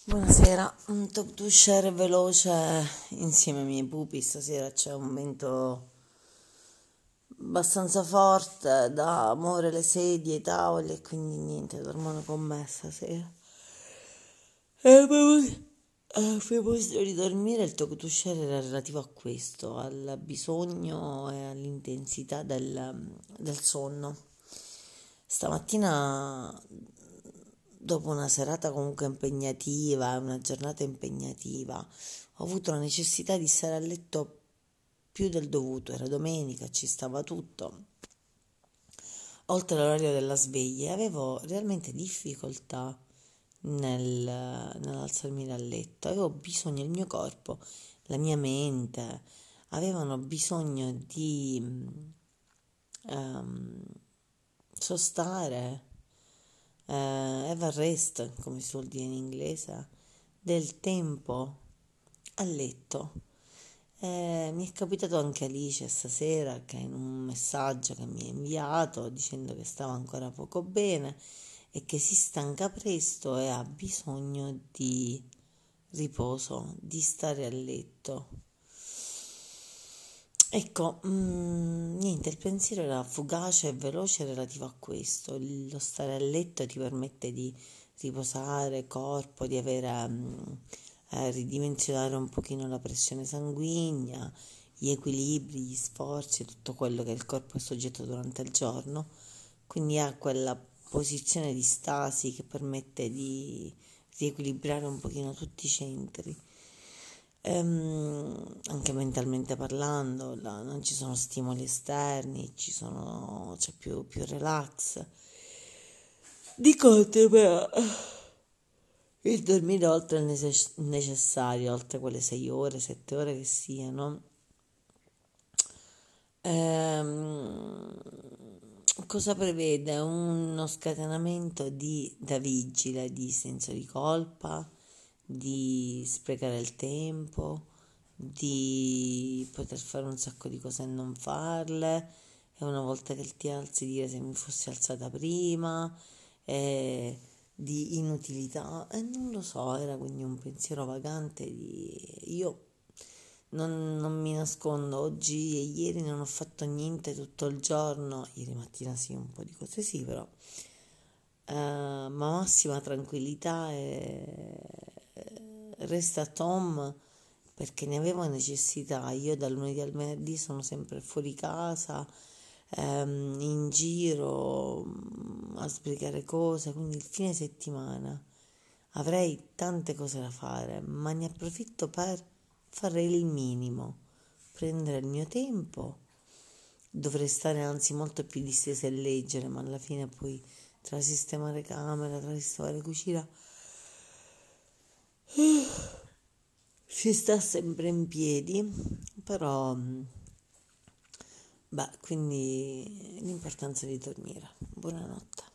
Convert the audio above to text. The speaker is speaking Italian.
Buonasera, un talk to share veloce insieme ai miei pupi. Stasera c'è un vento abbastanza forte da muovere le sedie, i tavoli e quindi niente, dormono con me stasera. A proposito di dormire, il talk to share era relativo a questo, al bisogno e all'intensità del sonno. Stamattina, dopo una serata comunque impegnativa, una giornata impegnativa, ho avuto la necessità di stare a letto più del dovuto. Era domenica, ci stava tutto, oltre l'orario della sveglia, e avevo realmente difficoltà nell'alzarmi dal letto. Avevo bisogno, il mio corpo, la mia mente, avevano bisogno di ehm, sostare, have a rest, come si vuol dire in inglese, del tempo a letto. Mi è capitato anche Alice stasera che in un messaggio che mi ha inviato dicendo che stava ancora poco bene e che si stanca presto e ha bisogno di riposo, di stare a letto. Ecco, niente, il pensiero era fugace e veloce relativo a questo. Lo stare a letto ti permette di riposare corpo, di avere, ridimensionare un pochino la pressione sanguigna, gli equilibri, gli sforzi, tutto quello che il corpo è soggetto durante il giorno. Quindi ha quella posizione di stasi che permette di riequilibrare un pochino tutti i centri. Anche mentalmente parlando, non ci sono stimoli esterni, c'è più relax. Di contro, però, il dormire oltre il necessario, oltre quelle 6 ore, 7 ore che siano, ehm, cosa prevede? Uno scatenamento da vigile, di senso di colpa, di sprecare il tempo, di poter fare un sacco di cose e non farle, e una volta che ti alzi dire se mi fossi alzata prima, e di inutilità, e non lo so, era quindi un pensiero vagante io non mi nascondo, oggi e ieri non ho fatto niente tutto il giorno, ieri mattina sì, un po' di cose sì, però ma massima tranquillità e resta a Tom perché ne avevo necessità. Io dal lunedì al venerdì sono sempre fuori casa, in giro, a sbrigare cose, quindi il fine settimana avrei tante cose da fare, ma ne approfitto per fare il minimo, prendere il mio tempo. Dovrei stare anzi molto più distesa e leggere, ma alla fine poi tra sistemare camera, tra sistemare cucina, si sta sempre in piedi, però, beh, quindi l'importanza di dormire. Buonanotte.